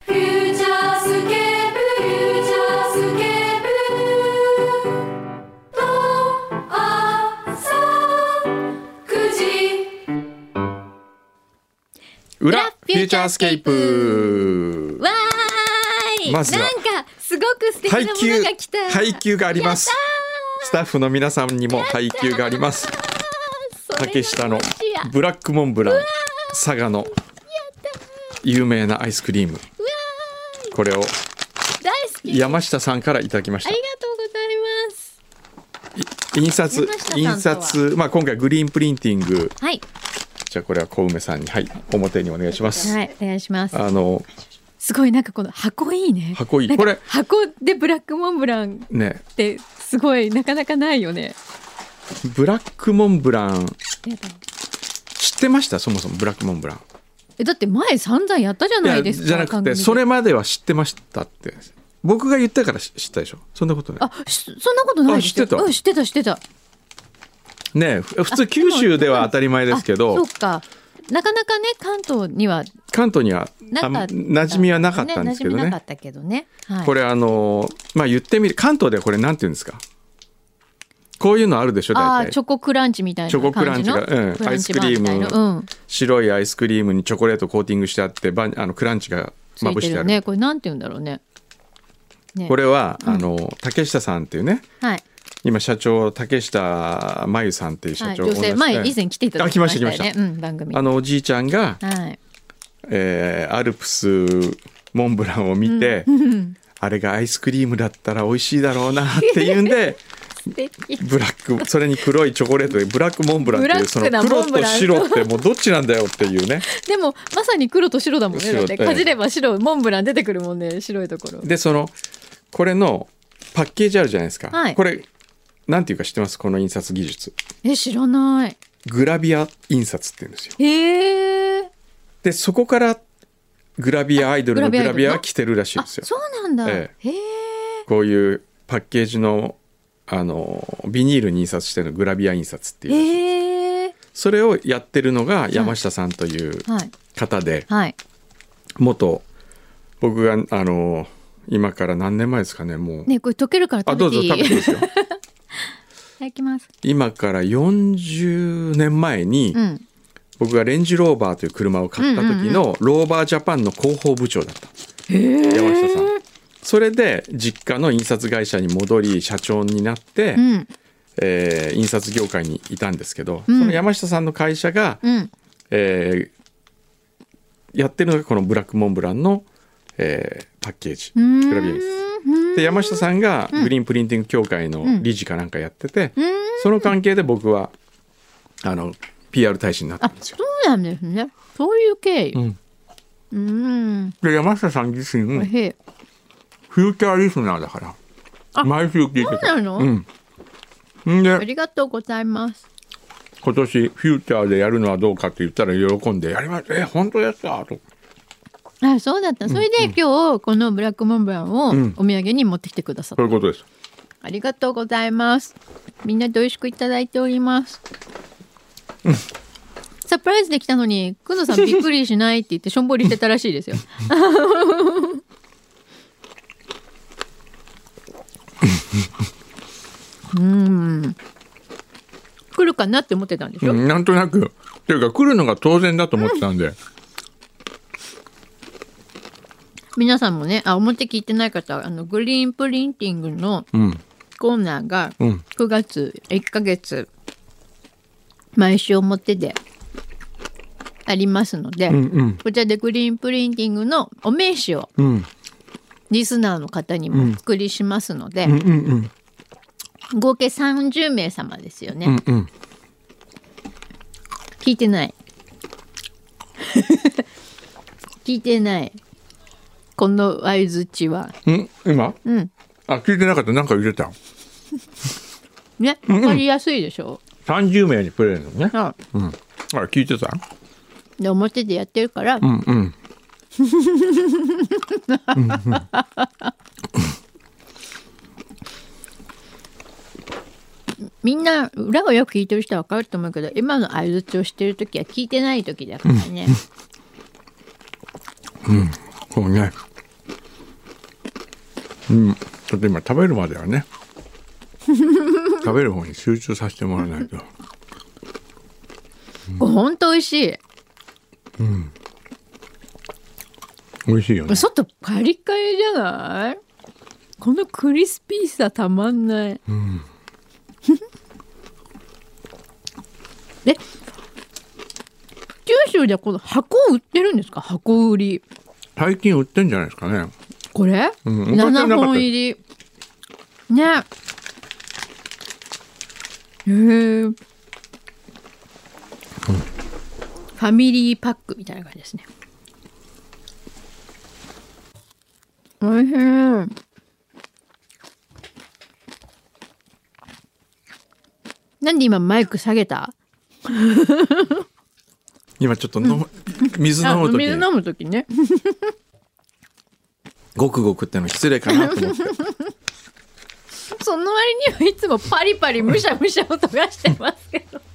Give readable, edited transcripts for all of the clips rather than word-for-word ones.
フューチャースケープフューチャースケープと朝9時裏フューチャースケープ。 わーい、 まずはなんかすごく素敵なものが来た。 配給があります。 やっスタッフの皆さんにも配給があります。竹下のブラックモンブラン、佐賀の有名なアイスクリーム、これを大好き。 山下さんからいただきました。 ありがとうございます。 印刷山下さんとはまあ今回グリーンプリンティング。 はい、 じゃあこれは小梅さんに、はい、表にお願いします。 はい、お願いします。 すごいなんかこの箱いいね。 箱いい。 なんかこれ箱でブラックモンブランね、 ってすごいなかなかないよね。 ブラックモンブランやだ。 知ってました？そもそもブラックモンブラン。 だって前散々やったじゃないですか。 じゃなくて、それまでは知ってましたって。僕が言ったから知ったでしょ。そんなことない。 そんなことないですよ。 知ってた。 うん、知ってた。 ね、普通九州では当たり前ですけど、 そうか。なかなかね、関東には馴染みはなかったんですけどね。 馴染みなかったけどね。はい、 これまあ言ってみる、関東ではこれなんて言うんですか。こういうのあるでしょ。大体チョコクランチみたいな感じの。 チョコクランチが、アイスクリーム、白いアイスクリームにチョコレートコーティングしてあって、クランチがまぶしてある。 ね、これなんて言うんだろうね。 これは竹下さんっていうね。 はい。 今社長竹下真由さんっていう社長、 女性前以前来ていただきましたよね。 来ました。 番組おじいちゃんが、アルプスモンブランを見て、あれがアイスクリームだったら美味しいだろうなっていうんでブラック、それに黒いチョコレートでブラックモンブランっていう、その黒と白ってもうどっちなんだよっていうね。 でもまさに黒と白だもんね。だってかじれば白、モンブラン出てくるもんね、白いところで。これのパッケージあるじゃないですか、 はい、 これなんていうか知ってます？この印刷技術。 知らない。 グラビア印刷って言うんですよ。でそこからグラビアアイドルのグラビアが来てるらしいですよ。 そうなんだ。 こういうパッケージのビニールに印刷してるのグラビア印刷っていう、それをやってるのが山下さんという方で、元僕が今から何年前ですかね、もうね、これ溶けるから食べていい？ どうぞ食べていいですよ。 いただきます。 今から40年前に、僕がレンジローバーという車を買った時のローバージャパンの広報部長だった、山下さん。それで実家の印刷会社に戻り社長になって、印刷業界にいたんですけど、その山下さんの会社が、やってるのがこのブラックモンブランの、パッケージグラビア印刷で、山下さんがグリーンプリンティング協会の理事かなんかやってて、その関係で僕はPR 大使になったんですよ。 そうなんですね。そういう経緯。 で山下さん自身フューチャーリスナーだから毎週聞いてた。 そうなの？ でありがとうございます。 今年フューチャーでやるのはどうかって言ったら喜んでやります。本当ですかと。 そうだった。それで今日このブラックモンブランをお土産に持ってきてくださった。 そういうことです。 ありがとうございます。みんなで美味しくいただいております。サプライズできたのにくのさんびっくりしないって言ってしょんぼりしてたらしいですよ。来るかなって思ってたんでしょ。 なんとなくっていうか来るのが当然だと思ってたんで。 皆さんもね、表聞いてない方はグリーンプリンティングのコーナーが9月1ヶ月毎週表でありますので、こちらでグリーンプリンティングのお名刺をリスナーの方にもお作りしますので、合計30名様ですよね。聞いてない聞いてない。この相づちは今、聞いてなかった。なんか言ってたね、わかりやすいでしょ。 30名にプレゼントね。あれ聞いてた。 で表でやってるから、みんな裏をよく聞いてる人は分かると思うけど、今の相づちをしてる時は聞いてない時だからね。 そうね。 ちょっと今食べるまではね食べる方に集中させてもらわないと。 これほんと美味しい。 美味しいよね。 外カリカリじゃない？このクリスピーさたまんない。九州ではこの箱売ってるんですか？箱売り。 最近売ってんじゃないですかね。 これ、 昔はなかった 7本入りね。ファミリーパックみたいな感じですね。おいしい。なんで今マイク下げた？ 今ちょっと水飲むとき水飲むときね。 ごくごくっての失礼かなと思ってその割にはいつもパリパリむしゃむしゃ音がしてますけど。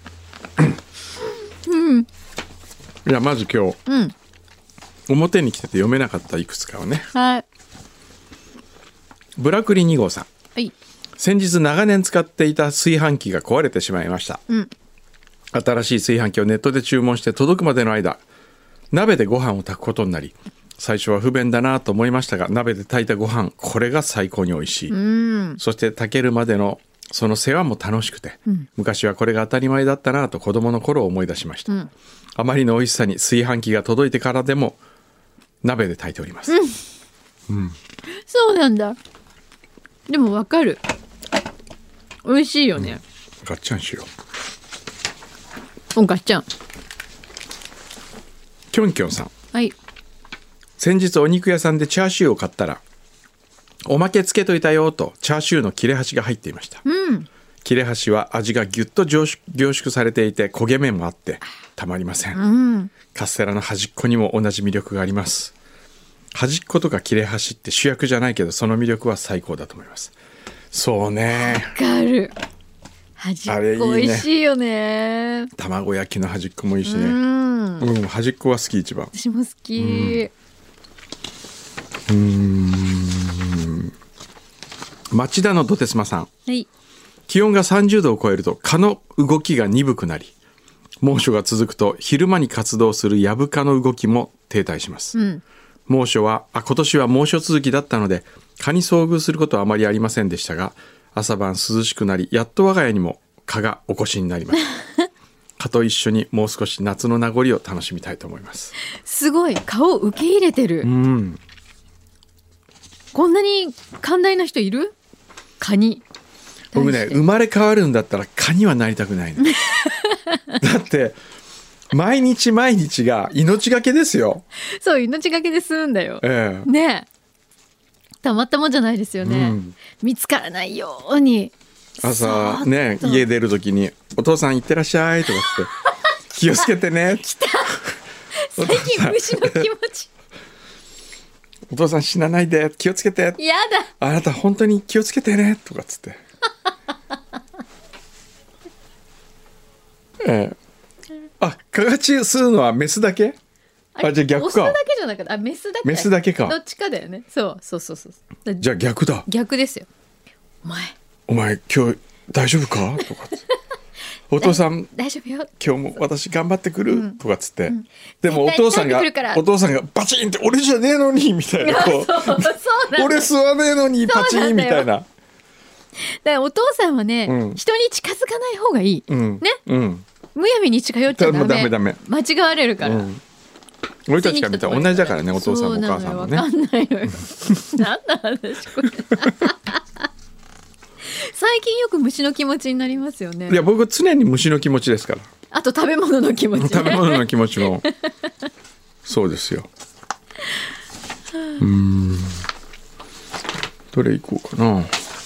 いやまず今日、表に来てて読めなかったいくつかをね。 はい。 ブラクリ2号さん。 はい。 先日長年使っていた炊飯器が壊れてしまいました。新しい炊飯器をネットで注文して届くまでの間、鍋でご飯を炊くことになり、最初は不便だなと思いましたが、鍋で炊いたご飯、これが最高に美味しい。そして炊けるまでのその世話も楽しくて、昔はこれが当たり前だったなと子供の頃を思い出しました。あまりの美味しさに炊飯器が届いてからでも鍋で炊いております。 そうなんだ。でもわかる。美味しいよね。 ガッチャンしよう。 おガッチャン。 キョンキョンさん。 はい。 先日お肉屋さんでチャーシューを買ったら、おまけつけといたよとチャーシューの切れ端が入っていました。切れ端は味がぎゅっと凝縮されていて焦げ目もあってたまりません。カステラの端っこにも同じ魅力があります。端っことか切れ端って主役じゃないけどその魅力は最高だと思います。そうね。 わかる。端っこ美味しいよね。 卵焼きの端っこもいいしね。端っこは好き一番。 私も好き。 町田のどてつまさん。 はい。 気温が30度を超えると蚊の動きが鈍くなり、猛暑が続くと昼間に活動するヤブ蚊の動きも停滞します。今年は猛暑続きだったので蚊に遭遇することはあまりありませんでしたが、朝晩涼しくなりやっと我が家にも蚊がお越しになりました蚊と一緒にもう少し夏の名残を楽しみたいと思います。 すごい蚊を受け入れてる。こんなに寛大な人いる？蚊に。 僕ね、生まれ変わるんだったら蚊にはなりたくないのだって毎日毎日が命がけですよ。 そう、命がけで済むんだよ。ねえ、たまったもんじゃないですよね。見つからないように朝ね、家出る時にお父さん行ってらっしゃいとかって気をつけてね来た最近虫の気持ちお父さん死なないで気をつけて、やだあなた本当に気をつけてねとかっつって蚊が血吸うのはメスだけ？じゃあ逆か。オスだけじゃなくて、メスだけ。 メスだけか。 どっちかだよね。そう。 じゃあ逆だ。 逆ですよ。 お前今日大丈夫かとかお父さん大丈夫よ今日も私頑張ってくる、とかっつって、でもお父さんがバチンって俺じゃねえのにみたいな、俺吸わねえのにパチンみたいな。だからお父さんはね、人に近づかない方がいい、ね、むやみに近寄っちゃダメ。間違われるから、 俺たちから見たら同じだからね、お父さんもお母さんもね。 分かんないのよ何の話これ最近よく虫の気持ちになりますよね。 いや僕常に虫の気持ちですから。 あと食べ物の気持ち、ね、 食べ物の気持ちもそうですよ。どれいこうかな。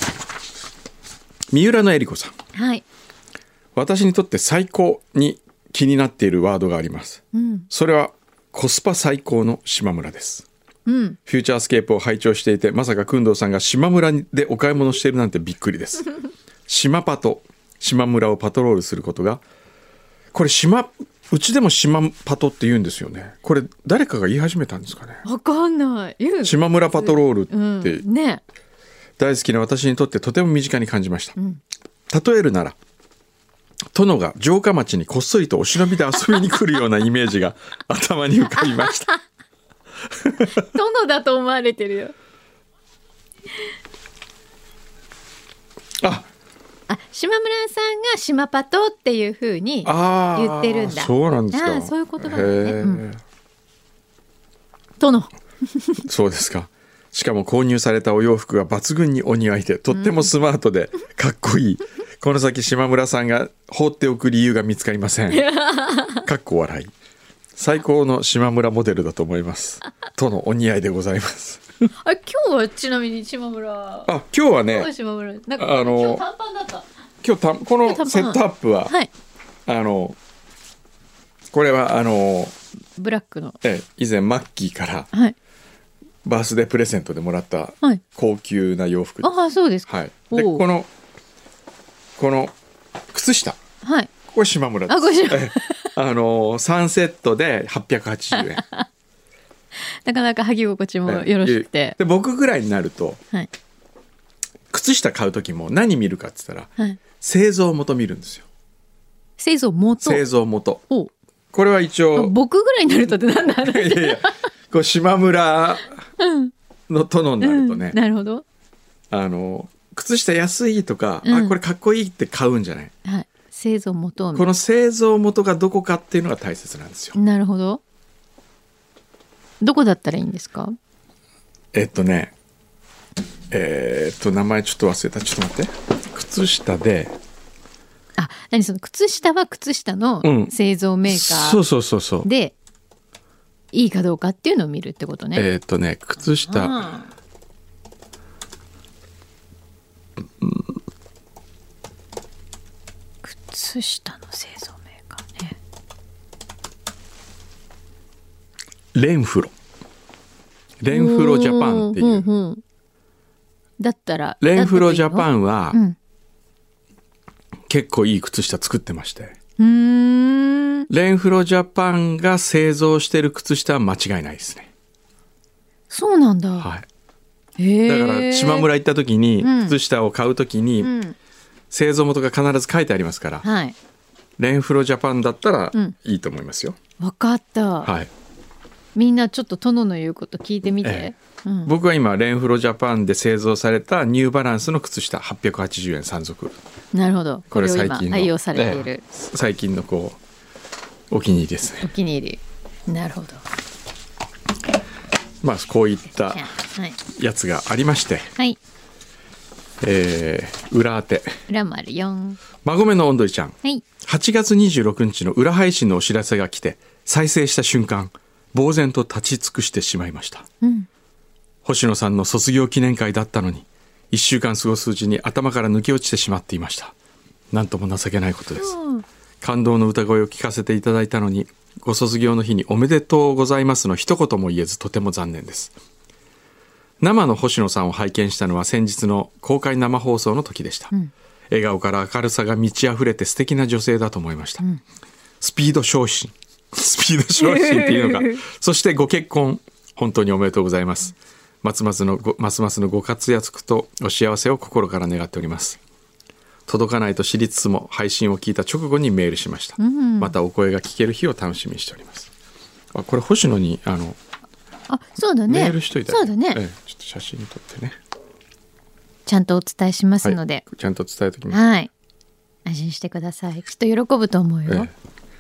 三浦のえり子さん。 はい。 私にとって最高に気になっているワードがあります、それはコスパ最高の島村です、フューチャースケープを拝聴していて、まさか工藤さんが島村でお買い物しているなんてびっくりです島パと島村をパトロールすることが、これ島うちでも島パトって言うんですよね。これ誰かが言い始めたんですかね。 わかんない。 島村パトロールって、 うん、ね。 大好きな私にとってとても身近に感じました、 うん、 例えるなら殿が城下町にこっそりとお忍びで遊びに来るようなイメージが頭に浮かびました殿だと思われてるよ。 あ、 島村さんが島パトっていう風に言ってるんだ。 そうなんですか。 そういう言葉だね、うん、殿そうですか。しかも購入されたお洋服が抜群にお似合いでとってもスマートでかっこいい、この先島村さんが放っておく理由が見つかりませんかっこ笑い。最高の島村モデルだと思いますとのお似合いでございます今日はちなみに島村、 今日はね、 島村なんか今日短パンだった。 今日このセットアップは、 はい、 これはブラックの、 以前マッキーから、 はい、 バースデープレゼントでもらった高級な洋服です。 ああ、そうですか。 はい、でこの靴下、 はい、 これ島村です。 これ島 3セットで880円なかなか履き心地もよろしくて、 で僕ぐらいになると、 はい、 靴下買う時も何見るかって言ったら、 はい、 製造元見るんですよ。 製造元。 これは一応僕ぐらいになるとってなんだろういやこう島村の殿になるとね、 なるほど。 靴下安いとか、これかっこいいって買うんじゃない、 はい、製造元をこの製造元がどこかっていうのが大切なんですよ。 なるほど。どこだったらいいんですか？ 名前ちょっと忘れた。ちょっと待って。靴下で、 何その靴下は靴下の製造メーカー、 そうでいいかどうかっていうのを見るってことね。 靴下、 靴下の製造メーカーね。 レンフロジャパンっていう、 だったらレンフロジャパンは、結構いい靴下作ってまして、レンフロジャパンが製造してる靴下は間違いないですね。 そうなんだ。 はい。だから島村行った時に、靴下を買う時に、製造元が必ず書いてありますから、 はい、 レンフロジャパンだったらいいと思いますよ。 分かった。 はい。 みんなちょっと殿の言うこと聞いてみて。 僕は今レンフロジャパンで製造されたニューバランスの靴下880円3足。 なるほど。 これ最近の愛用されている、 最近のお気に入りですね。 お気に入り。なるほど。 まあこういったやつがありまして、 はい、 裏当て裏もあるよ。 馬込のおんどりちゃん、 はい、 8月26日の裏配信のお知らせが来て再生した瞬間呆然と立ち尽くしてしまいました、星野さんの卒業記念会だったのに1週間過ごすうちに頭から抜け落ちてしまっていました。なんとも情けないことです、感動の歌声を聞かせていただいたのにご卒業の日におめでとうございますの一言も言えずとても残念です。生の星野さんを拝見したのは先日の公開生放送の時でした、笑顔から明るさが満ち溢れて素敵な女性だと思いました、スピード昇進っていうのがそしてご結婚本当におめでとうございます、ますますのご活躍とお幸せを心から願っております。届かないと知りつつも配信を聞いた直後にメールしました、またお声が聞ける日を楽しみにしております。これ星野にそうだね、 メールしといたそうだね、 ちょっと写真撮ってね、 ちゃんとお伝えしますので、 ちゃんと伝えておきます。 はい、安心してください。きっと喜ぶと思うよ、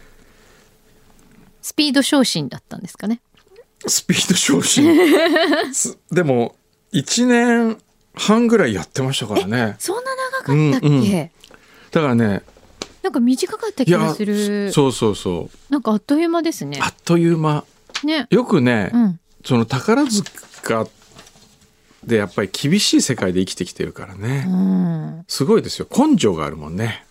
スピード昇進だったんですかね。 スピード昇進でも1年半ぐらいやってましたからね。 そんな長かったっけ、 だからね、 なんか短かった気がする。 そうなんかあっという間ですね。 あっという間、 ね、 よくね、その宝塚でやっぱり厳しい世界で生きてきてるからね、すごいですよ。根性があるもんね。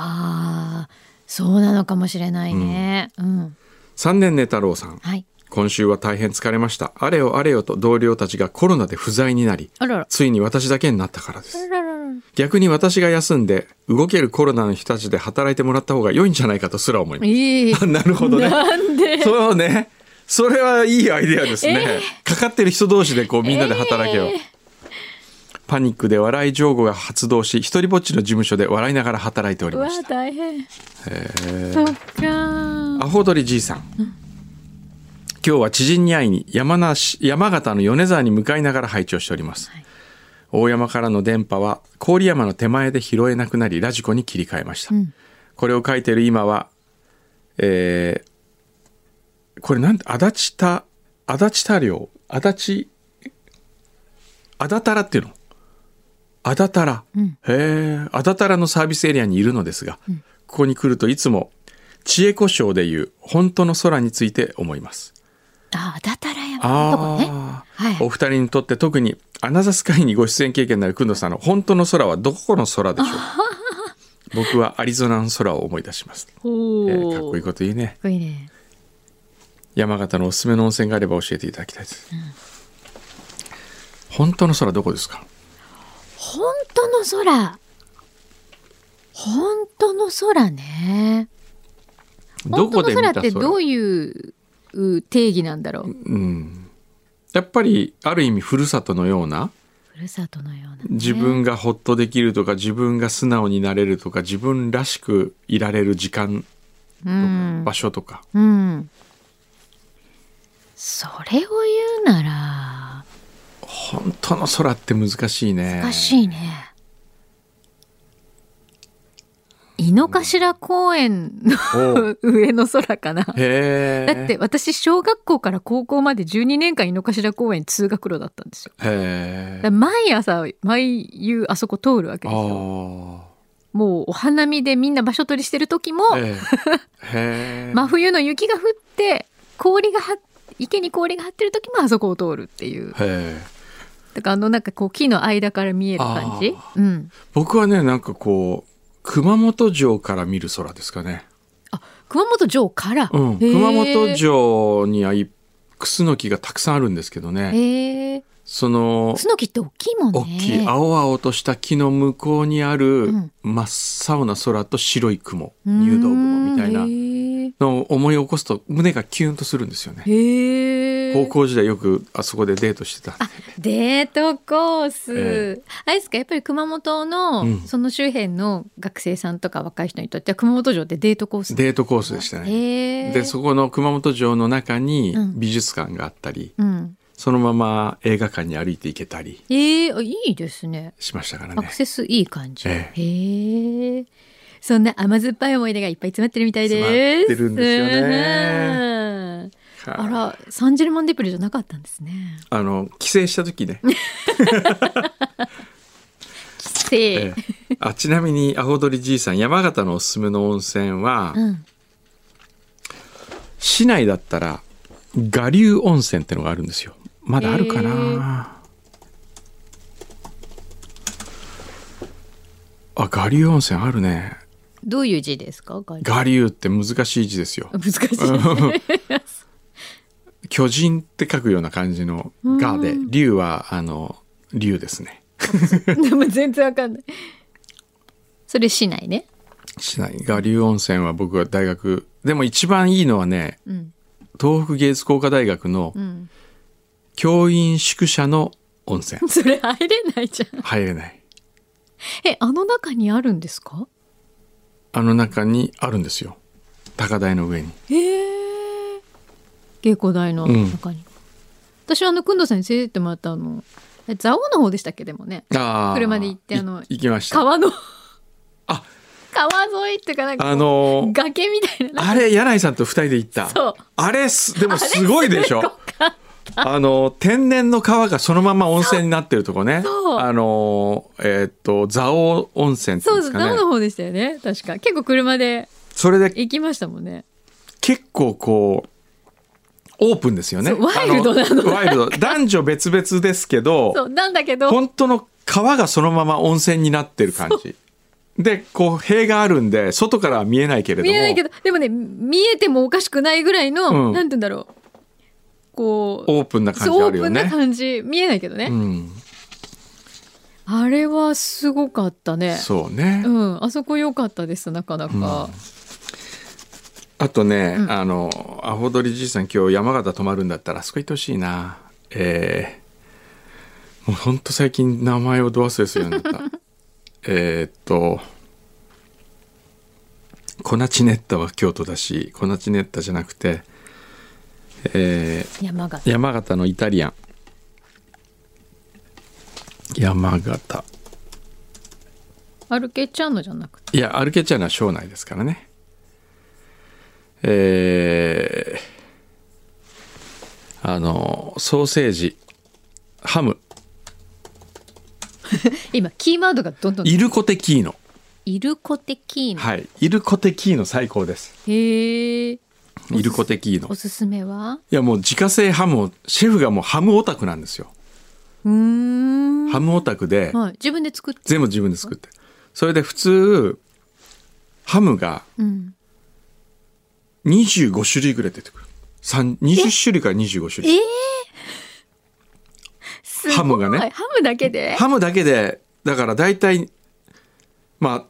そうなのかもしれないね、 3年寝太郎さん、 はい、 今週は大変疲れました。あれよあれよと同僚たちがコロナで不在になり、ついに私だけになったからです。 逆に私が休んで動けるコロナの人たちで働いてもらった方が良いんじゃないかとすら思います。なるほどね。 なんでそうね。それはいいアイデアですね。かかってる人同士でこうみんなで働けよ。パニックで笑い上手が発動し、一人ぼっちの事務所で笑いながら働いておりうわました。 大変。そっか。 アホ鳥じいさん、今日は知人に会いに山形の米沢に向かいながら配置をしております、はい、大山からの電波は郡山の手前で拾えなくなりラジコに切り替えました、これを書いている今は、これなんて足立田領あだたらっていうのあだたら、あだたらのサービスエリアにいるのですが、ここに来るといつも知恵子賞でいう本当の空について思います。 あだたら山のとこね、はい、 お二人にとって特にアナザースカイにご出演経験のある工藤さんの本当の空はどこの空でしょう僕はアリゾナの空を思い出します、かっこいいこと言うね。 かっこいいね。 山形のおすすめの温泉があれば教えていただきたいです、本当の空どこですか？ 本当の空ね。 どこで見た空？ 本当の空ってどういう定義なんだろう、 やっぱりある意味ふるさとのような、自分がほっとできるとか自分が素直になれるとか自分らしくいられる時間とか、場所とか、 それを言うなら本当の空って難しいね。 難しいね。井の頭公園の上の空かな。だって私小学校から高校まで12年間井の頭公園通学路だったんですよ。毎夕あそこ通るわけですよ。もうお花見でみんな場所取りしてる時も真冬の雪が降って池に氷が張ってる時もあそこを通るっていう。だからなんかこう木の間から見える感じ、 僕はねなんかこう熊本城から見る空ですかね。 熊本城から、 熊本城にはクスノキがたくさんあるんですけどね、そのクスノキって大きいもんね。 大きい青々とした木の向こうにある真っ青な空と白い雲、入道雲みたいなのを思い起こすと胸がキュンとするんですよね。高校時代よくあそこでデートしてた。 デートコース、あれですか、やっぱり熊本の、その周辺の学生さんとか若い人にとっては熊本城ってデートコースでしたね。でそこの熊本城の中に美術館があったり、そのまま映画館に歩いて行けたり、 いいですね。 しましたからね。 アクセスいい感じ。そんな甘酸っぱい思い出がいっぱい詰まってるみたいです。 詰まってるんですよね。 あら、サンジェルマンデプレじゃなかったんですね。 帰省した時ね。 帰省。 ちなみにアホ鳥じいさん、山形のおすすめの温泉は、市内だったら我流温泉ってのがあるんですよ。まだあるかな。我流温泉あるね。 どういう字ですか？ 我流って難しい字ですよ。 難しいですね。 巨人って書くような感じのがで、龍は龍ですね。 でも全然わかんない。それ市内ね。 市内。我流温泉は僕は大学でも一番いいのはね、東北芸術工科大学の教員宿舎の温泉。 それ入れないじゃん。 入れない。 中にあるんですか？ 中にあるんですよ。高台の上に。 稽古台の中に。私は工藤さんに連れてってもらった蔵王の方でしたっけ？でもね。車で行って行きました。 川沿いっていうかなんか崖みたいな。 あれ柳井さんと2人で行った。 そう。 あれでもすごいでしょ。天然の川がそのまま温泉になってるとこね。蔵王温泉っていうんですかね。 蔵王の方でしたよね。確か結構車でそれで行きましたもんね。 結構こうオープンですよね。 ワイルドなの。 ワイルド。男女別々ですけど、 そうなんだけど本当の川がそのまま温泉になってる感じ。でこう塀があるんで外からは見えないけれども。 見えないけどでもね見えてもおかしくないぐらいの、なんて言うんだろう。こうオープンな感じあるよね。 オープンな感じ見えないけどね。 あれはすごかったね。 そうね、 あそこ良かったです、なかなか。 あとね、アホ鳥じいさん今日山形泊まるんだったらあそこ行ってほしいな。もうほんと最近名前をど忘れするようになったコナチネッタは京都だし、コナチネッタじゃなくて、山形のイタリアン、山形アルケチャーノじゃなくて、 いやアルケチャーノは庄内ですからね。ソーセージ、ハム今キーワードがどんどん。 イルコテキーノ。 イルコテキーノ。 はい、イルコテキーノ最高です。 へえ。 イルコテキーノ。 おすすめは？ いやもう自家製ハムを、シェフがもうハムオタクなんですよ。ハムオタクで、 はい、自分で作って。 全部自分で作って。それで普通ハムが25種類ぐらい出てくる。20種類から25種類。ハムがね。 ハムだけで？ ハムだけで、だからだいたいまあ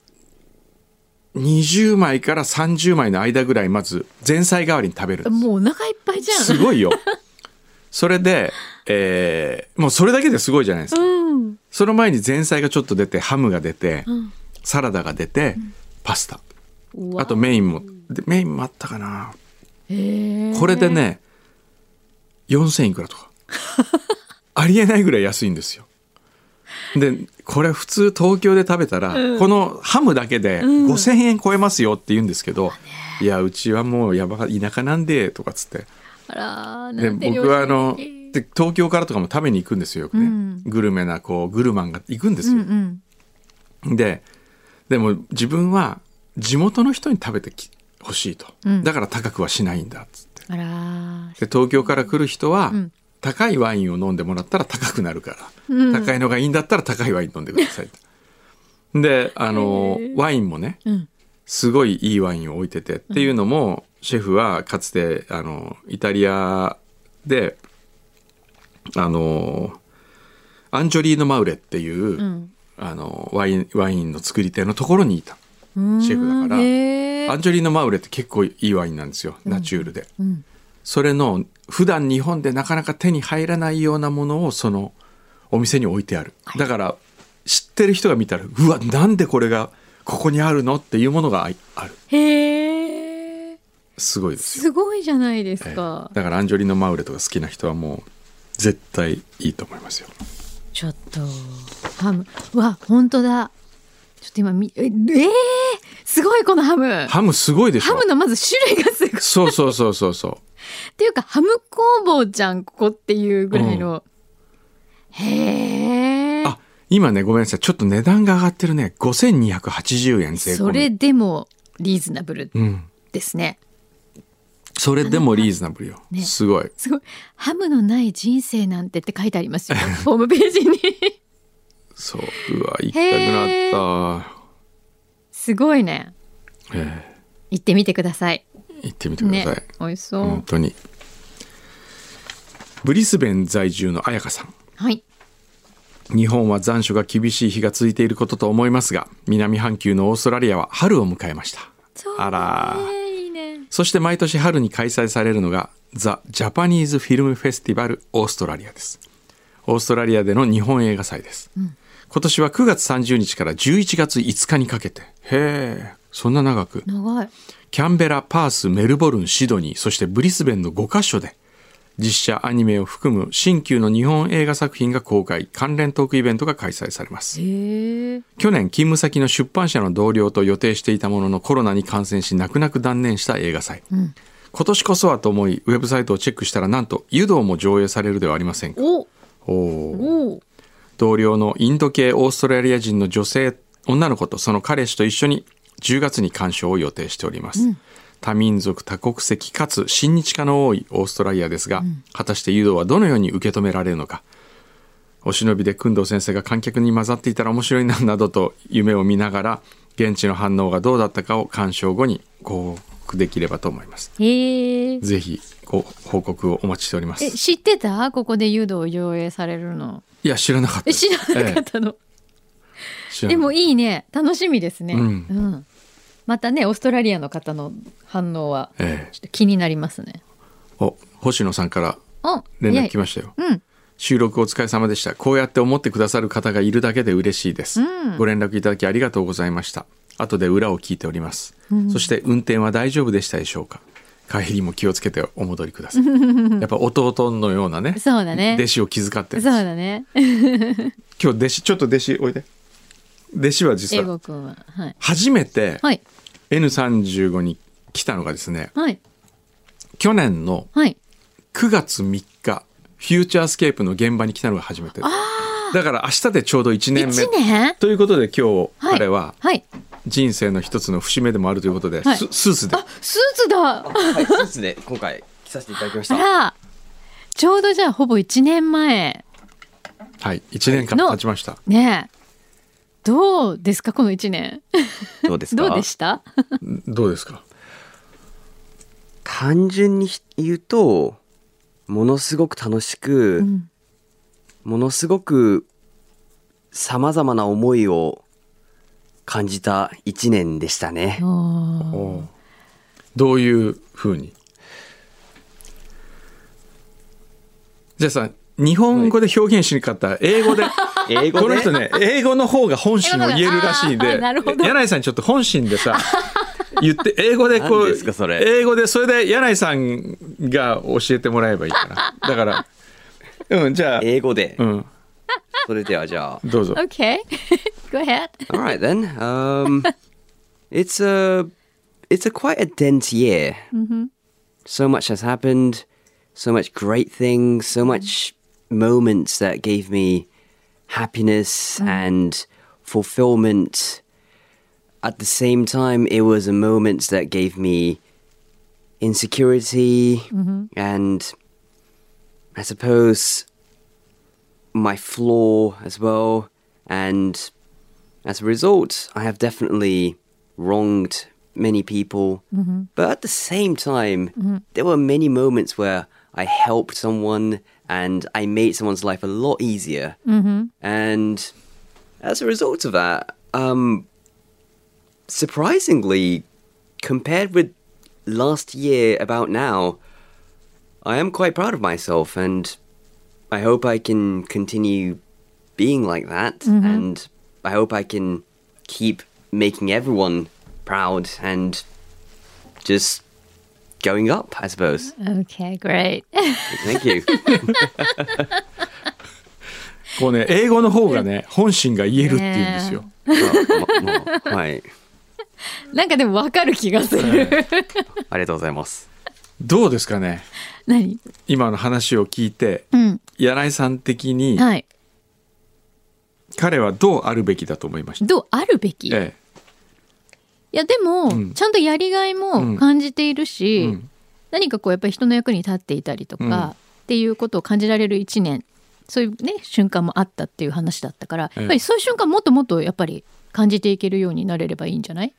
20枚から30枚の間ぐらいまず前菜代わりに食べるんです。 もうお腹いっぱいじゃん。 すごいよ。それで、もうそれだけですごいじゃないですか。その前に前菜がちょっと出て、ハムが出て、サラダが出て、パスタ、あとメインもあったかな。これでね4000いくらとかありえないぐらい安いんですよ。でこれ普通東京で食べたら、このハムだけで5000円超えますよって言うんですけど、いやうちはもう田舎なんでとかっつって、で僕はで東京からとかも食べに行くんですよよくね、グルメなグルマンが行くんですよ、でも自分は地元の人に食べてほしいと、だから高くはしないんだっつって、で東京から来る人は、高いワインを飲んでもらったら高くなるから、高いのがいいんだったら高いワイン飲んでくださいと。でワインもね、すごいいいワインを置いてて、っていうのもシェフはかつてイタリアでアンジョリーノ・マウレっていう、ワインの作り手のところにいたシェフだから、アンジョリーノ・マウレって結構いいワインなんですよ、ナチュールで、それの普段日本でなかなか手に入らないようなものをそのお店に置いてある。だから知ってる人が見たら、うわなんでこれがここにあるのっていうものがある。 へえ、 すごいですよ。 すごいじゃないですか。 だからアンジョリーノ・マウレとか好きな人はもう絶対いいと思いますよ。 ちょっとハム、本当だ。ちょっと今すごい、このハムすごいでしょ。 ハムのまず種類がすごい。 そうっていうかハム工房じゃんここっていうぐらいの、へえ。 あ、今ねごめんなさい、ちょっと値段が上がってるね。5280円税込み。 それでもリーズナブルですね、 それでもリーズナブルよ、ね、すごいハムのない人生なんてって書いてありますよホームページに。 そう、うわ行きたくなった。 すごいね。行ってみてください。 行ってみてください、 ね、美味しそう。 本当に。ブリスベン在住の彩香さん、 はい。 日本は残暑が厳しい日が続いていることと思いますが、南半球のオーストラリアは春を迎えました。あら、 いいね。 そして毎年春に開催されるのがザ・ジャパニーズ・フィルム・フェスティバル・オーストラリアです。オーストラリアでの日本映画祭です、今年は9月30日から11月5日にかけて。そんな長く。 長い。 キャンベラ、パース、メルボルン、シドニー、そしてブリスベンの5カ所で実写アニメを含む新旧の日本映画作品が公開、関連トークイベントが開催されます。去年勤務先の出版社の同僚と予定していたもののコロナに感染し泣く泣く断念した映画祭、今年こそはと思いウェブサイトをチェックしたら、なんと湯道も上映されるではありませんか。同僚のインド系オーストラリア人の女の子とその彼氏と一緒に10月に鑑賞を予定しております、多民族多国籍かつ親日家の多いオーストラリアですが、果たして湯道はどのように受け止められるのか。お忍びで工藤先生が観客に混ざっていたら面白いなどと夢を見ながら、現地の反応がどうだったかを鑑賞後にご報告できればと思います。ぜひご報告をお待ちしております。 知ってた？ここで湯道上映されるの。 いや知らなかった。 知らなかったの、 知らない。 でもいいね、楽しみですね、 うんまたねオーストラリアの方の反応はちょええっと気になりますね。 お、星野さんからお連絡来ましたよ。 うん収録お疲れ様でした。こうやって思ってくださる方がいるだけで嬉しいです、ご連絡いただきありがとうございました。後で裏を聞いております、そして運転は大丈夫でしたでしょうか。帰りも気をつけてお戻りください。やっぱ弟のようなね、 そうだね弟子を気遣ってるんそうです。 だね今日弟子、ちょっと弟子おいで。弟子は実英は語くんははい初めてはい N35 に来たのがですね、 はい去年のはい 9月3日フューチャースケープの現場に来たのが初めてです。だから明日でちょうど1年目 1年ということで、今日はい彼ははい人生の一つの節目でもあるということで、 はいスーツであスーツだはい、スーツで今回着させていただきました。 あらちょうどじゃあほぼ1年前はい1年間経ちました。 ねえどうですかこの1年どうですか？ どうでしたどうですか。 単純に言うと、ものすごく楽しく、ものすごくさまざまな思いを感じた1年でしたね。 おうどういうふうに。じゃあさ、日本語で表現しにくかったら英語で英語でこの人ね、英語の方が本心を言えるらしいんで、 あなるほど柳井さんにちょっと本心でさ言って英語でこ何うですかそれ英語でそれで柳井さんが教えてもらえばいいかな。だからじゃあ英語で。 うんそれではじゃあ。 どうぞ。 OK Go ahead Alright then. It's a quite a dense year. So much has happened, so much great things, so much moments that gave me happiness and fulfillment. At the same time, it was a moment that gave me insecurity and I suppose my flaw as well. And as a result, I have definitely wronged many people. But at the same time, there were many moments where I helped someone and I made someone's life a lot easier. And as a result of that, surprisingly, compared with last year about now, I am quite proud of myself and I hope I can continue being like that and I hope I can keep making everyone proud and just going up, I suppose. Okay great Thank you. こうね、英語の方がね本心が言えるっていうんですよ。 はい。 なんかでも分かる気がするありがとうございます。 どうですかね、 何今の話を聞いて、柳井さん的にはい彼はどうあるべきだと思いました。 どうあるべき、 えいやでも、ちゃんとやりがいも感じているし、何かこうやっぱり人の役に立っていたりとか、っていうことを感じられる1年そういうね瞬間もあったっていう話だったから、やっぱりそういう瞬間もっともっとやっぱり感じていけるようになれればいいんじゃない？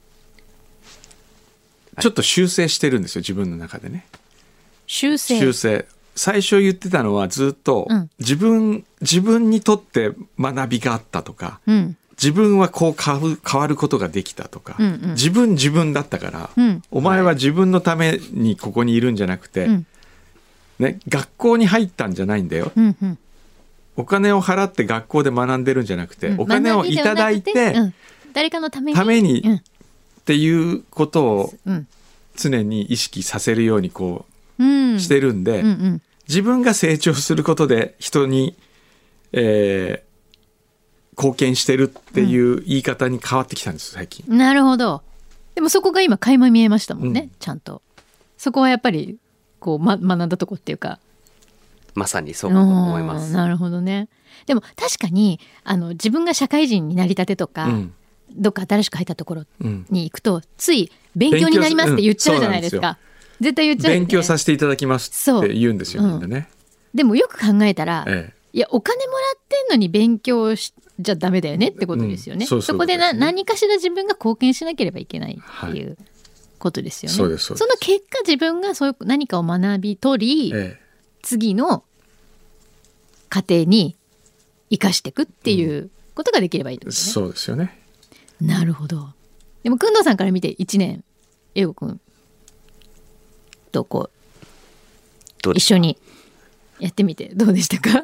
ちょっと修正してるんですよ自分の中でね。 修正最初言ってたのはずっと、自分にとって学びがあったとか、自分はこう変わることができたとか、自分だったから、お前は自分のためにここにいるんじゃなくて、ね、学校に入ったんじゃないんだよ、お金を払って学校で学んでるんじゃなくて、お金をいただいて、 誰かのためにっていうことを常に意識させるようにこうしてるんで、自分が成長することで人に、貢献してるっていう言い方に変わってきたんです最近。 なるほど。でもそこが今垣間見えましたもんね、ちゃんと。そこはやっぱりこう、学んだとこっていうか。 まさにそうかと思います。 なるほどね。でも確かに自分が社会人になりたてとか、どっか新しく入ったところに行くと、つい勉強になりますって言っちゃうじゃないですか。絶対言っちゃうよね。 勉強させていただきますって言うんですよみんなね。 でもよく考えたら、いやお金もらってんのに勉強しちゃダメだよねってことですよね。そこで何かしら自分が貢献しなければいけないっていうことですよね。その結果自分がそういう何かを学び取り、次の家庭に生かしていくっていうこことができればいいってことね。 そうですよね。 なるほど。でも工藤さんから見て1年英語くんとこうどうです一緒にやってみてどうでしたか？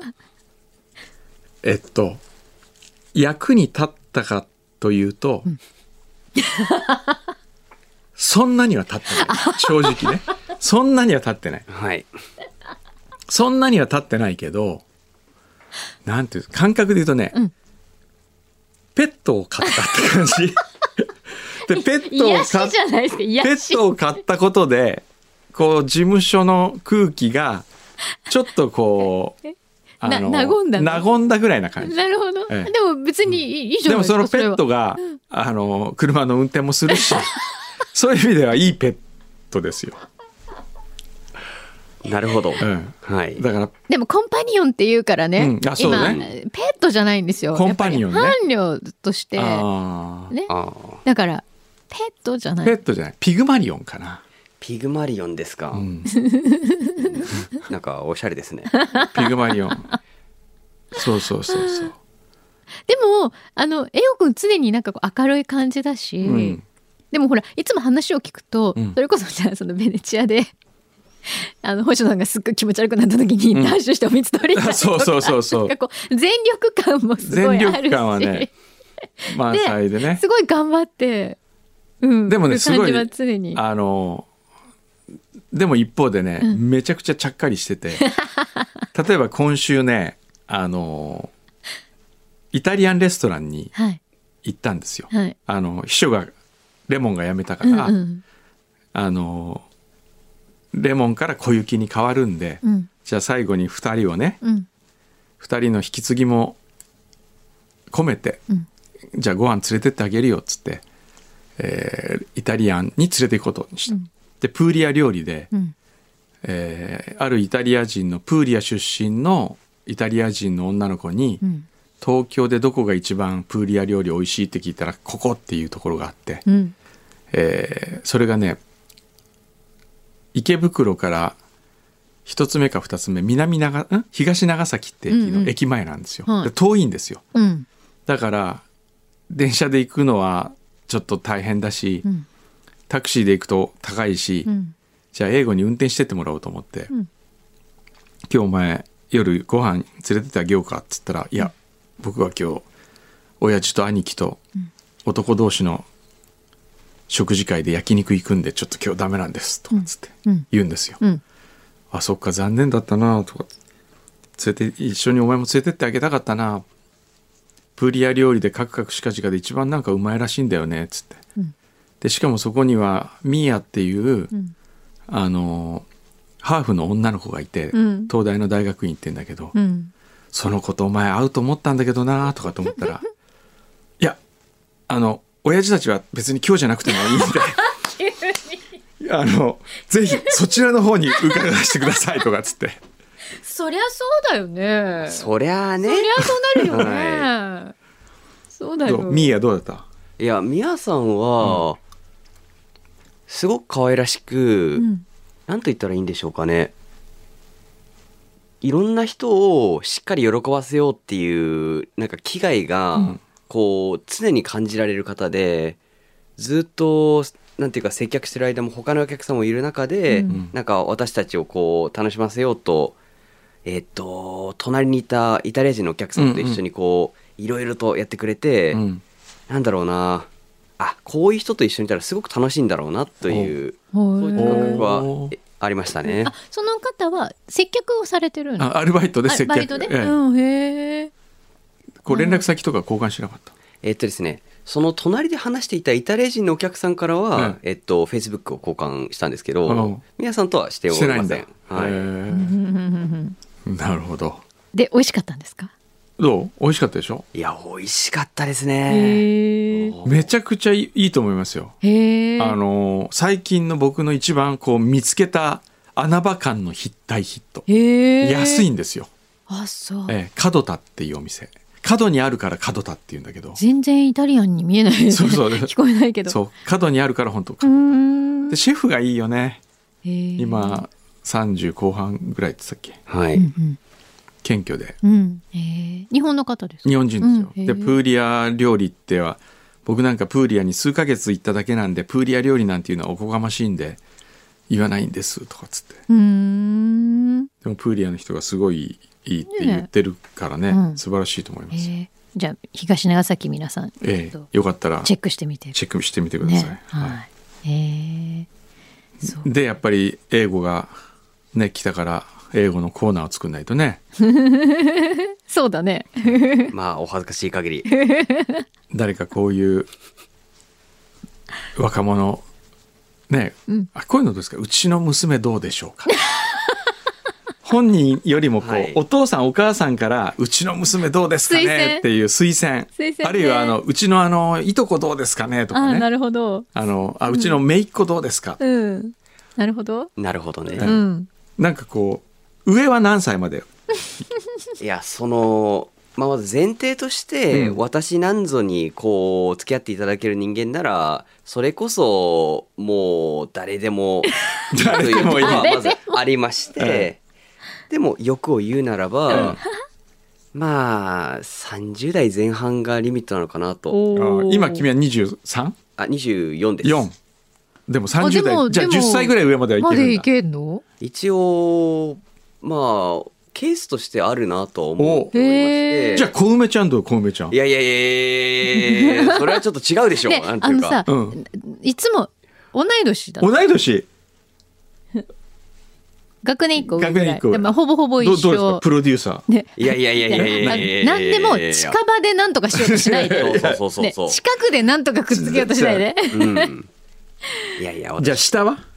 役に立ったかというと、そんなには立ってない正直ね。そんなには立ってない。 はい。 そんなには立ってないけど、なんていう感覚で言うとね、ペットを飼ったって感じ。でペットを癒しじゃないですか。 ペ癒し。 ットを飼ったことでこう事務所の空気がちょっとこう和んだの和んだぐらいな感じ。 なるほど。 ええでも別にいいじゃでもないですか。 そのペットが車の運転もするしそういう意味ではいいペットですよ。 なるほど。 うんはい。 それはだからでもコンパニオンって言うからね。 うんあそう今ねペットじゃないんですよ。 コンパニオンねやっぱり伴侶としてあーね。 ああ、 だからペットじゃない。 ペットじゃないピグマリオンかな、 ピグマリオンですか。 うん、 なんかおしゃれですね。 ピグマリオンそうそうそうそう、 でもエオくん常になんかこう明るい感じだし、 うんでもほらいつも話を聞くと、 うんそれこそじゃあそのベネチアで星野さんがすっごい気持ち悪くなった時にうんダッシュしてお水取りに行ったりとか、 そうそうそうそうなんかこう全力感もすごいあるし、 全力感はね満載でねすごい頑張って、うん、 でもねる感じはす常にでも一方でね、めちゃくちゃちゃっかりしてて例えば今週ねイタリアンレストランにはい行ったんですよ。 はい、 秘書がレモンが辞めたから、 うんレモンから小雪に変わるんで、 うんじゃあ最後に2人をねうん 2人の引き継ぎも込めて、 うんじゃあご飯連れてってあげるよっつって、イタリアンに連れて行くことにした。でプーリア料理で、 うんあるイタリア人のプーリア出身のイタリア人の女の子に、 うん東京でどこが一番プーリア料理美味しいって聞いたらここっていうところがあって、 うんそれがね池袋から一つ目か二つ目東長崎って駅の駅前なんですよ、 はいで遠いんですよ。 うんだから電車で行くのはちょっと大変だし、 うんタクシーで行くと高いし、 うんじゃあ英語に運転してってもらおうと思って、 ん今日お前夜ご飯連れてってあげようかっつったら、いや僕は今日親父と兄貴と男同士の食事会で焼肉行くんでちょっと今日ダメなんですとかっつって言うんですよ。 うんあそっか残念だったなとか一緒にお前も連れてってあげたかったな、プーリア料理でカクカクシカシカで一番なんかうまいらしいんだよねっつって、でしかもそこにはミーアっていう、ハーフの女の子がいて、東大の大学院行ってんだけど、 うんその子とお前会うと思ったんだけどなとかと思ったらいや親父たちは別に今日じゃなくてもいいんでぜひそちらの方に伺わせてくださいとかっつってそりゃそうだよね。 そりゃあね。 そりゃそうなるよね。 はそうだよ。 ミーヤどうだった？ いや、ミヤさんは、すごく可愛らしく、なんと言ったらいいんでしょうかね。いろんな人をしっかり喜ばせようっていうなんか気概がこう常に感じられる方で、ずっとなんていうか接客してる間も他のお客さんもいる中で、なんか私たちをこう楽しませようと、隣にいたイタリア人のお客さんと一緒にこういろいろとやってくれて、なんだろうな、あ、こういう人と一緒にいたらすごく楽しいんだろうなという、そういった感覚はありましたね。 あ、その方は接客をされてるの？ アルバイトで接客。 バイトで、 ええへえ。 こう連絡先とか交換しなかった？ ですね、その隣で話していたイタリア人のお客さんからは、Facebook を交換したんですけど、皆さんとはしておりません。はい。 なるほど。 で、美味しかったんですか？ どう？美味しかったでしょ？ いや、美味しかったですね。 めちゃくちゃいいと思いますよ。 へ最近の僕の一番こう見つけた穴場感の大ヒット。 へ安いんですよ。 あ、そう。 角田っていうお店。角にあるから角田って言うんだけど。 全然イタリアンに見えないですね。 そう聞こえないけど。 そう、角にあるから本当。でシェフがいいよね。今30後半ぐらいって言ったっけ？ はい。 謙虚で、 日本の方ですか？ 日本人ですよ、でへープーリア料理っては僕なんかプーリアに数ヶ月行っただけなんでプーリア料理なんていうのはおこがましいんで言わないんですとかっつって、でもプーリアの人がすごいいいって言ってるからね、素晴らしいと思います、 じゃあ東長崎皆さん、 よかったらチェックしてみてください、 そうでやっぱり英語がね来たから英語のコーナーを作んないとねそうだねまあお恥ずかしい限り誰かこういう若者ね、こういうのどうですか、うちの娘どうでしょうか本人よりもこう、お父さんお母さんからうちの娘どうですかねっていう推薦、あるいはうちのいとこどうですかねとかね、 なるほど、 うちの姪っ子どうですか、 なるほどなるほどね、 なんかこう上は何歳までいやまず前提として、私なんぞにこう付き合っていただける人間ならそれこそもう誰でもというのがまずありまして、でも欲を言うならば、まあ30代前半がリミットなのかなと。 今君は 23？ 24です。 4でも30代じゃあ10歳ぐらい上まではいけるんだ。 までいけんの？ 一応まあケースとしてあるなと思っておりまして、 じゃあ小梅ちゃんどう？小梅ちゃん、 いやそれはちょっと違うでしょう、 ね、 なんていうか、 いつも同い年だ、 同い年学年1個上ぐらい、 学年一個上でもほぼほぼ一緒。 どうですかプロデューサー、 ね、 いや何でも近場で何とかしようとしないでそう、 ね、近くで何とかくっつけようとしないでいやじゃあ下は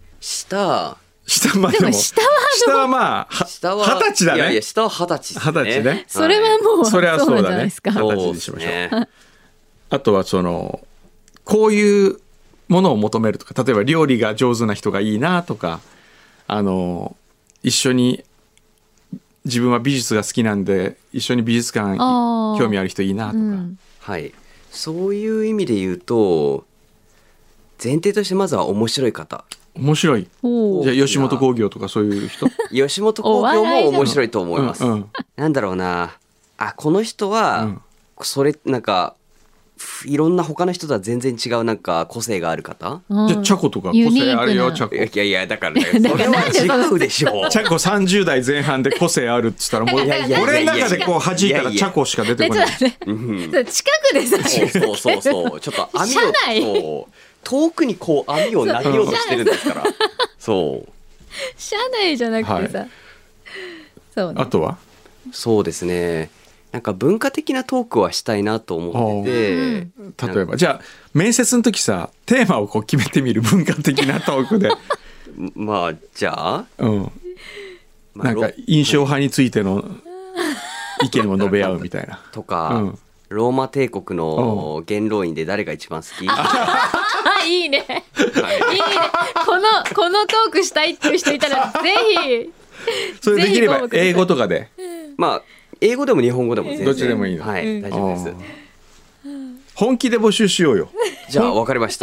まあでも下はまあ20歳だね。 いや下は20歳ですね。 20歳ね。 それはもうそれはそうだね。 じゃないですか。 20歳にしましょう。あとはこういうものを求めるとか、例えば料理が上手な人がいいなとか、一緒に自分は美術が好きなんで一緒に美術館興味ある人いいなとか、 はい、そういう意味で言うと前提としてまずは面白い方。 面白い。じゃあ吉本興業とかそういう人？ 吉本興業も面白いと思います。なんだろうな、この人は、それなんかいろんな他の人とは全然違うなんか個性がある方。 じゃあチャコとか個性あるよ。チャコ。 いやだからね、それは違うでしょ。 チャコ30代前半で個性あるっつったらもう俺の中でこう弾いたらチャコしか出てこない。 近くでさ、 そうちょっと網を遠くにこう網を投げようとしてるんですから。そう車内じゃなくてさ、そうね。 あとはそうですね、なんか文化的なトークはしたいなと思ってて、 例えばじゃあ面接の時さテーマをこう決めてみる、文化的なトークでまあじゃあ、 なんか印象派についての意見を述べ合うみたいなとか、ローマ帝国の元老院で誰が一番好き？ いいね、いいね。このトークしたいっていう人いたらぜひ。 それできれば英語とかで、 まあ英語でも日本語でも全然どっちでもいいの。 はい、大丈夫です。 本気で募集しようよ。 じゃあ分かりました。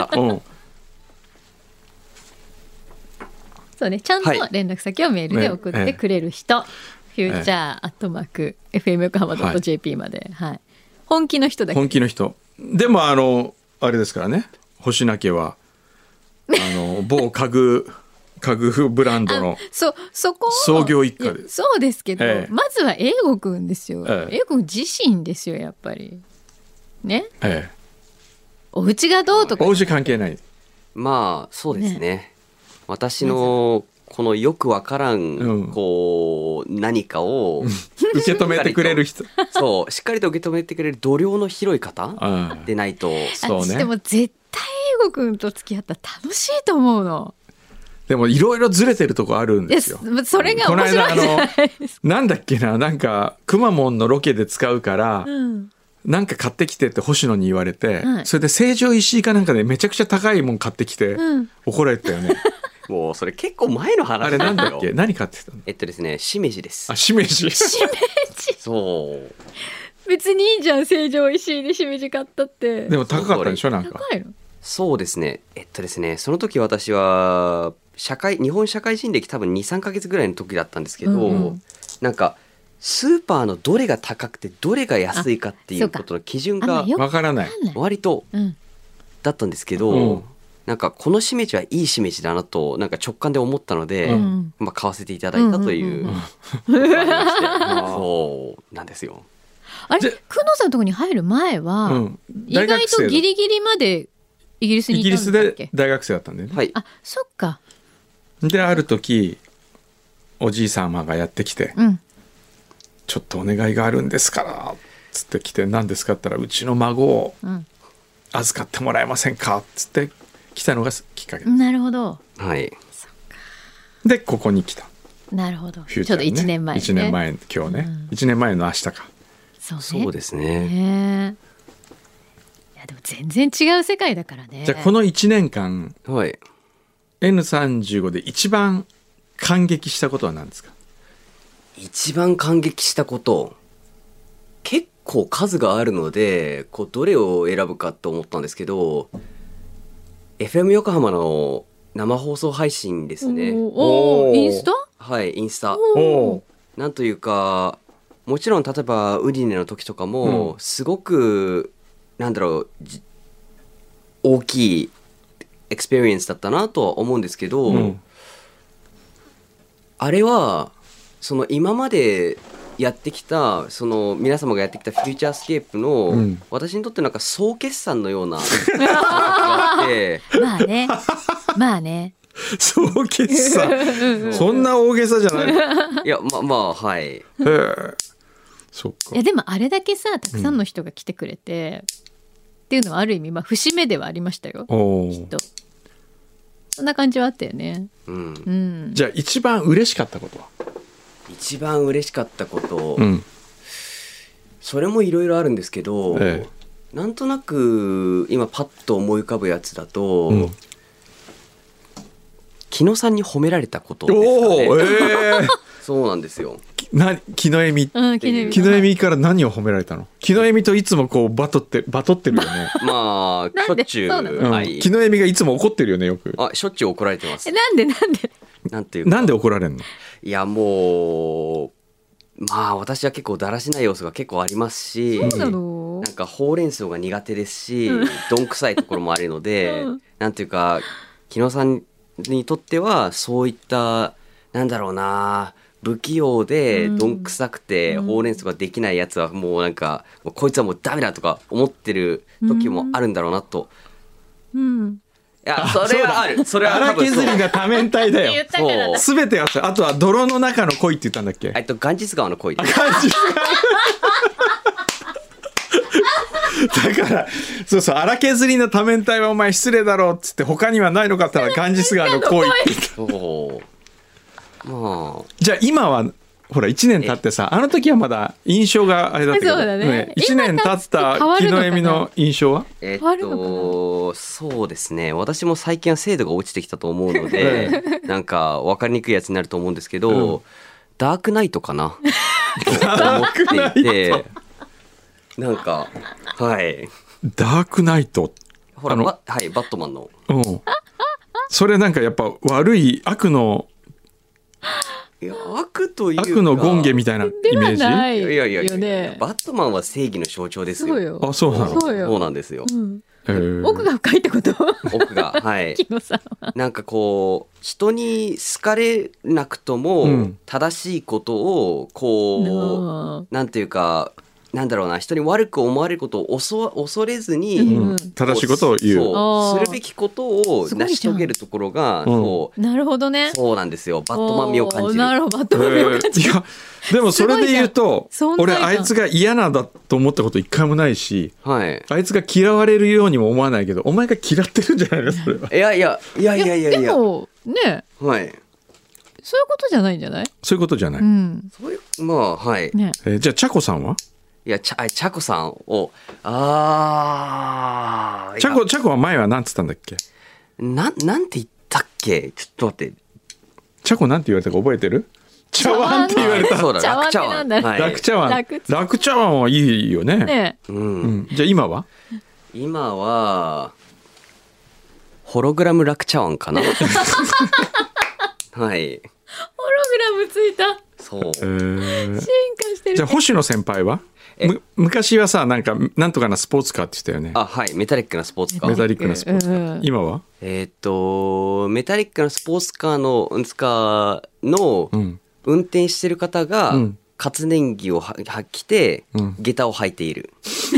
そうね、ちゃんと連絡先をメールで送ってくれる人、フューチャー@fm横浜.jp まで、本気の人だけ。 本気の人。でもあれですからね、星名家は某家具ブランドのそこ創業一家で。 そうですけど、まずは英語くんですよ。英語くん自身ですよ、やっぱりね。お家がどうとかお家関係ない。 まあそうですね、私のこのよくわからんこう何かを受け止めてくれる人そうしっかりと受け止めてくれる度量の広い方でないと。 そうね。 でも絶対英語くんと付き合ったら楽しいと思うの。 でもいろいろずれてるとこあるんですよ。 それが面白いじゃないですか。 なんだっけな、なんかくまモンのロケで使うから、なんか買ってきてって星野に言われて、それで成城石井かなんかでめちゃくちゃ高いもん買ってきて、怒られたよね。 もうそれ結構前の話あれなんだっけ、何買ってたの？ ですね、しめじです。 しめじ。 そう別にいいじゃん、成城石井でしめじ買ったって。 でも高かったでしょ、なんか。 高いの？ そうですね、ですね、その時私は日本社会人歴多分 2,3 ヶ月ぐらいの時だったんですけど、なんかスーパーのどれが高くてどれが安いかっていうことの基準がわからない。 割とだったんですけど、 うん、 なんかこのしめじはいいしめじだなとなんか直感で思ったので、まあ、買わせていただいたということがありまして、そうなんですよ。 あれ、久野さんのところに入る前は、意外とギリギリまでイギリスにいたんだっけ？ イギリスで大学生だったんだよね。 はい。 あ、そっか。 である時おじい様がやってきて、ちょっとお願いがあるんですからつって来て、何ですかって言ったら、うちの孫を預かってもらえませんかつって来たのがきっかけ。 なるほど。 はい。 でここに来た。 なるほど。 フューチャーね、 ちょうど1年前ね。 1年前今日ね、1年前の明日か。 そうですね。 いやでも全然違う世界だからね。 じゃあこの1年間、 はい、 N35 で一番感激したことは何ですか？ 一番感激したこと、結構数があるのでこうどれを選ぶかと思ったんですけど、 FM 横浜の生放送配信ですね。 インスタ？ はい、インスタ。 おなんというか、もちろん例えばウディネの時とかもすごく、なんだろう、大きいエクスペリエンスだったなとは思うんですけど、あれはその今までやってきた、その皆様がやってきたフューチャースケープの、私にとってなんか総決算のようながあってまあね、まあね。 総決算そんな大げさじゃない。 いや、まあはい。 そっか。 いやでもあれだけさ、たくさんの人が来てくれて、っていうのはある意味、まあ節目ではありましたよ。きっとそんな感じはあったよね。 じゃあ一番嬉しかったことは？ 一番嬉しかったこと、それもいろいろあるんですけど、なんとなく今パッと思い浮かぶやつだと、木野さんに褒められたことですかね。そうなんですよ。 木の恵美、木の恵美から何を褒められたの？木の恵美といつもこうバトってるよね。 まあしょっちゅう、 木の恵美がいつも怒ってるよね、よく。 しょっちゅう怒られてます。 なんでなんで怒られんの？ いやもうまあ私は結構だらしない要素が結構ありますし、なんかほうれん草が苦手ですし、どんくさいところもあるので、なんていうか木野さんにとってはそういったなんだろうな、不器用でどんくさくてほうれん草ができないやつはもうなんかこいつはもうダメだとか思ってる時もあるんだろうなと。いや、それはある。それは荒削りが多面体だよ。すべてがあとは泥の中の恋って言ったんだっけ？ ガンジス川の恋。だからそうそう、荒削りの多面体はお前失礼だろうっつって、他にはないのかって言ったらガンジス川の恋って言った。まあ、じゃあ今はほら1年経ってさ、あの時はまだ印象があれだったけど、1年経った木の恵美の印象は？ そうですね、私も最近は精度が落ちてきたと思うのでなんか分かりにくいやつになると思うんですけど、ダークナイトかなと思っていて、なんかはいダークナイト、 ほらバットマンの、 それなんかやっぱ悪い悪の悪というか悪の権化みたいなイメージ？ いやバットマンは正義の象徴ですよ。 そうなの？ そうなんですよ。 奥が深いってこと？ 奥が、はい。なんかこう人に好かれなくとも正しいことをこう、なんていうか、なんだろうな、人に悪く思われることを恐れずに、 正しいことを言う、 するべきことを成し遂げるところが、 なるほどね。 そうなんですよ。バットマン味を感じる。 なるほど、バットマン味を感じる。 でもそれで言うと、俺あいつが嫌なんだと思ったこと一回もないし、あいつが嫌われるようにも思わないけど、お前が嫌ってるんじゃないのそれは。 いやでもね、 はい。 そういうことじゃないんじゃない？ そういうことじゃない。 そういうまあはい。 じゃあチャコさんは？ いや、チャコさんを、チャコは前はなんつったんだっけ？ なんて言ったっけ？ちょっと待って。 チャコなんて言われたか覚えてる？茶碗って言われた。 そうだ、楽茶碗。 楽茶碗。楽茶碗はいいよね。じゃあ今は？ 今は、ホログラム楽茶碗かな。はい。 グラムついた。 そう進化してる。 じゃあ星野先輩は昔はさなんかなんとかなスポーツカーって言ってたよね。 あ、はい、メタリックなスポーツカー。 メタリックなスポーツカー、今はメタリックなスポーツカーの運転してる方が、活年着を着て、下駄を履いている。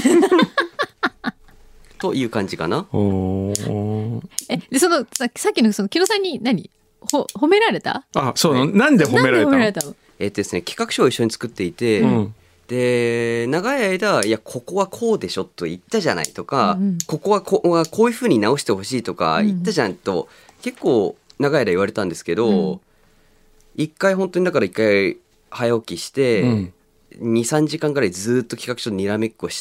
という感じかな。 でそのさっきのその木野さんに褒められた？ あ、そうなんで褒められたの？ ですね、企画書を一緒に作っていて、で長い間いやここはこうでしょと言ったじゃないとか、ここはこういうふうに直してほしいとか言ったじゃんと、結構長い間言われたんですけど、一回本当にだから一回早起きして、2,3 時間ぐらいずっと企画書にらめっこして、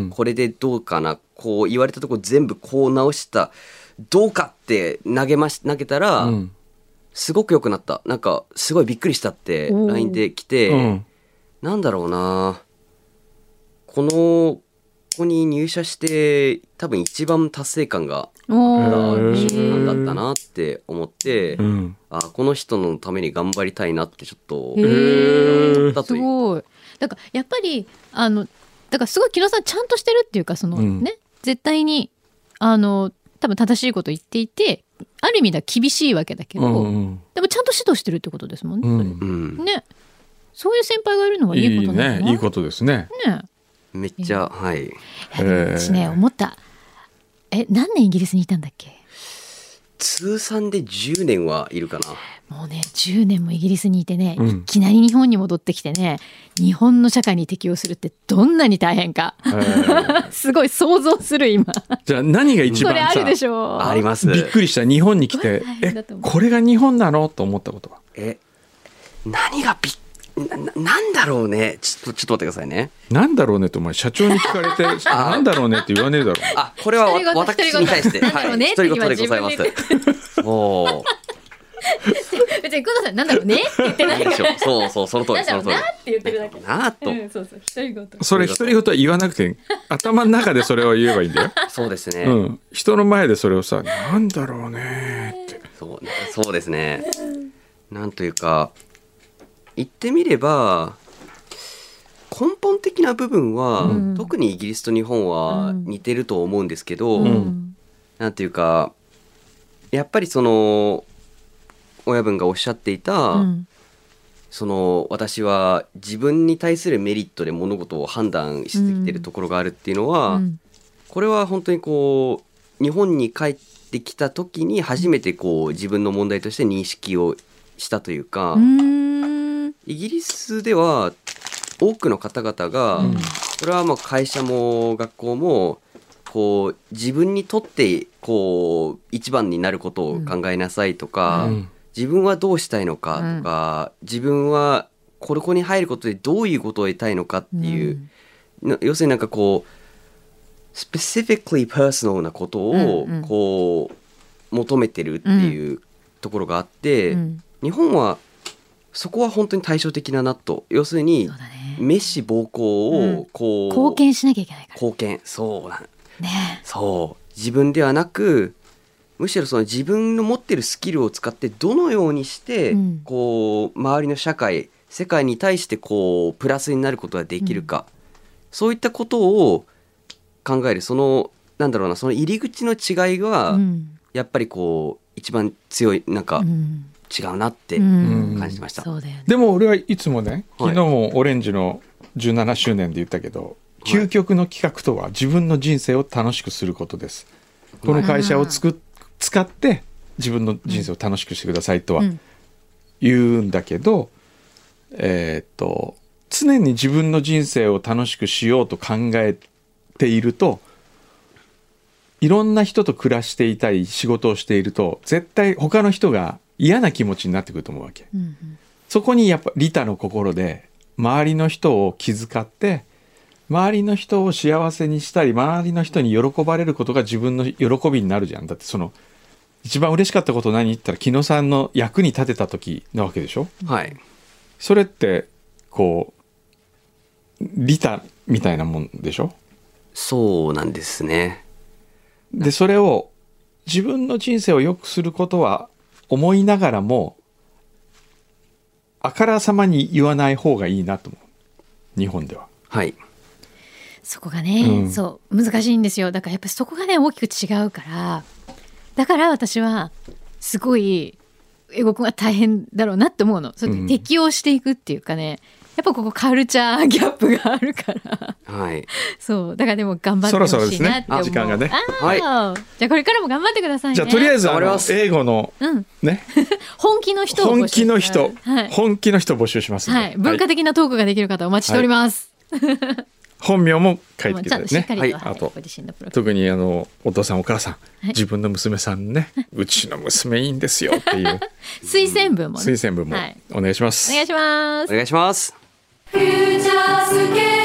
これでどうかな、こう言われたとこ全部こう直したどうかって投げたら、すごく良くなった、なんかすごいびっくりしたって LINE で来て、なんだろうな、ここに入社して多分一番達成感があった瞬間だったなって思って、この人のために頑張りたいなってちょっと思ったという。 すごい。だからやっぱりだからすごい木野さんちゃんとしてるっていうか、そのね、絶対に多分正しいこと言っていて、ある意味では厳しいわけだけど、でもちゃんと指導してるってことですもんね。ね、そういう先輩がいるのはいいことなんですね。 いいことですね。 ね、 めっちゃ、はい。 いやでも私ね思った。何年イギリスにいたんだっけ？ 通算で10年はいるかな。 もうね10年もイギリスにいてね、いきなり日本に戻ってきてね、日本の社会に適応するってどんなに大変かすごい想像する今。 じゃあ何が一番さ、 それあるでしょう。 あります。 びっくりした日本に来てこれが日本なのと思ったことは。 何がなんだろうね。ちょっと待ってくださいね。 なんだろうねってお前社長に聞かれてなんだろうねって言わねえだろ。 これは私に対して独り言でございます。お別に工藤さんなんだろうねって言ってないから。 そうその通りなんだろうなって言ってるだけ。 なと。 そう独り言。 それ独り言は言わなくて頭の中でそれを言えばいいんだよ。 そうですね。 人の前でそれをさ、なんだろうねって。 そうですね。なんというか言ってみれば根本的な部分は、特にイギリスと日本は似てると思うんですけど、なんていうかやっぱりその親分がおっしゃっていた、その私は自分に対するメリットで物事を判断してきてるところがあるっていうのは、これは本当にこう日本に帰ってきた時に初めてこう自分の問題として認識をしたというか、イギリスでは多くの方々が、これはまあ会社も学校もこう自分にとってこう一番になることを考えなさいとか、自分はどうしたいのかとか、自分はここに入ることでどういうことを得たいのかっていう、要するになんかこうspecifically personal なことをこう求めてるっていうところがあって、日本はそこは本当に対照的だなと。要するに滅私暴行をこう、 貢献しなきゃいけないから。 貢献、そう自分ではなく、むしろその自分の持ってるスキルを使ってどのようにして、こう周りの社会世界に対してこうプラスになることができるか、そういったことを考える、そのなんだろうな、その入り口の違いが、やっぱりこう一番強い、なんか違うなって感じました。 でも俺はいつもね、昨日もオレンジの17周年で言ったけど、究極の企画とは自分の人生を楽しくすることです。この会社を使って自分の人生を楽しくしてくださいとは言うんだけど、常に自分の人生を楽しくしようと考えていると、いろんな人と暮らしていたり仕事をしていると、絶対他の人が嫌な気持ちになってくると思うわけ。そこにやっぱ利他の心で周りの人を気遣って、周りの人を幸せにしたり、周りの人に喜ばれることが自分の喜びになるじゃん。だってその一番嬉しかったこと何言ったら、木野さんの役に立てた時なわけでしょ。それってこう利他みたいなもんでしょ。 そうなんですね。 でそれを自分の人生を良くすることは思いながらも、 あからさまに言わない方がいいなと思う、日本では。 はい。 そこがね、そう難しいんですよ。だからやっぱりそこがね大きく違うから、だから私はすごい英語が大変だろうなって思うの。それで適応していくっていうかね、やっぱここカルチャーギャップがあるからはい。 そうだからでも頑張ってほしいなって思う。 そろそろですね、時間がね。 はい。 じゃあこれからも頑張ってくださいね。 じゃあとりあえず英語の、ね本気の人を募集本気の人、 はい、 本気の人募集しますので、 はい、文化的なトークができる方お待ちしております、 本名も書いてくちゃんとださいね。 しっかりと、 あとご自身のプロフィール特にお父さんお母さん、自分の娘さんね、うちの娘いいんですよっていう推薦文もね、 推薦文もお願いします。 お願いします。 お願いします。 フューチャースケープ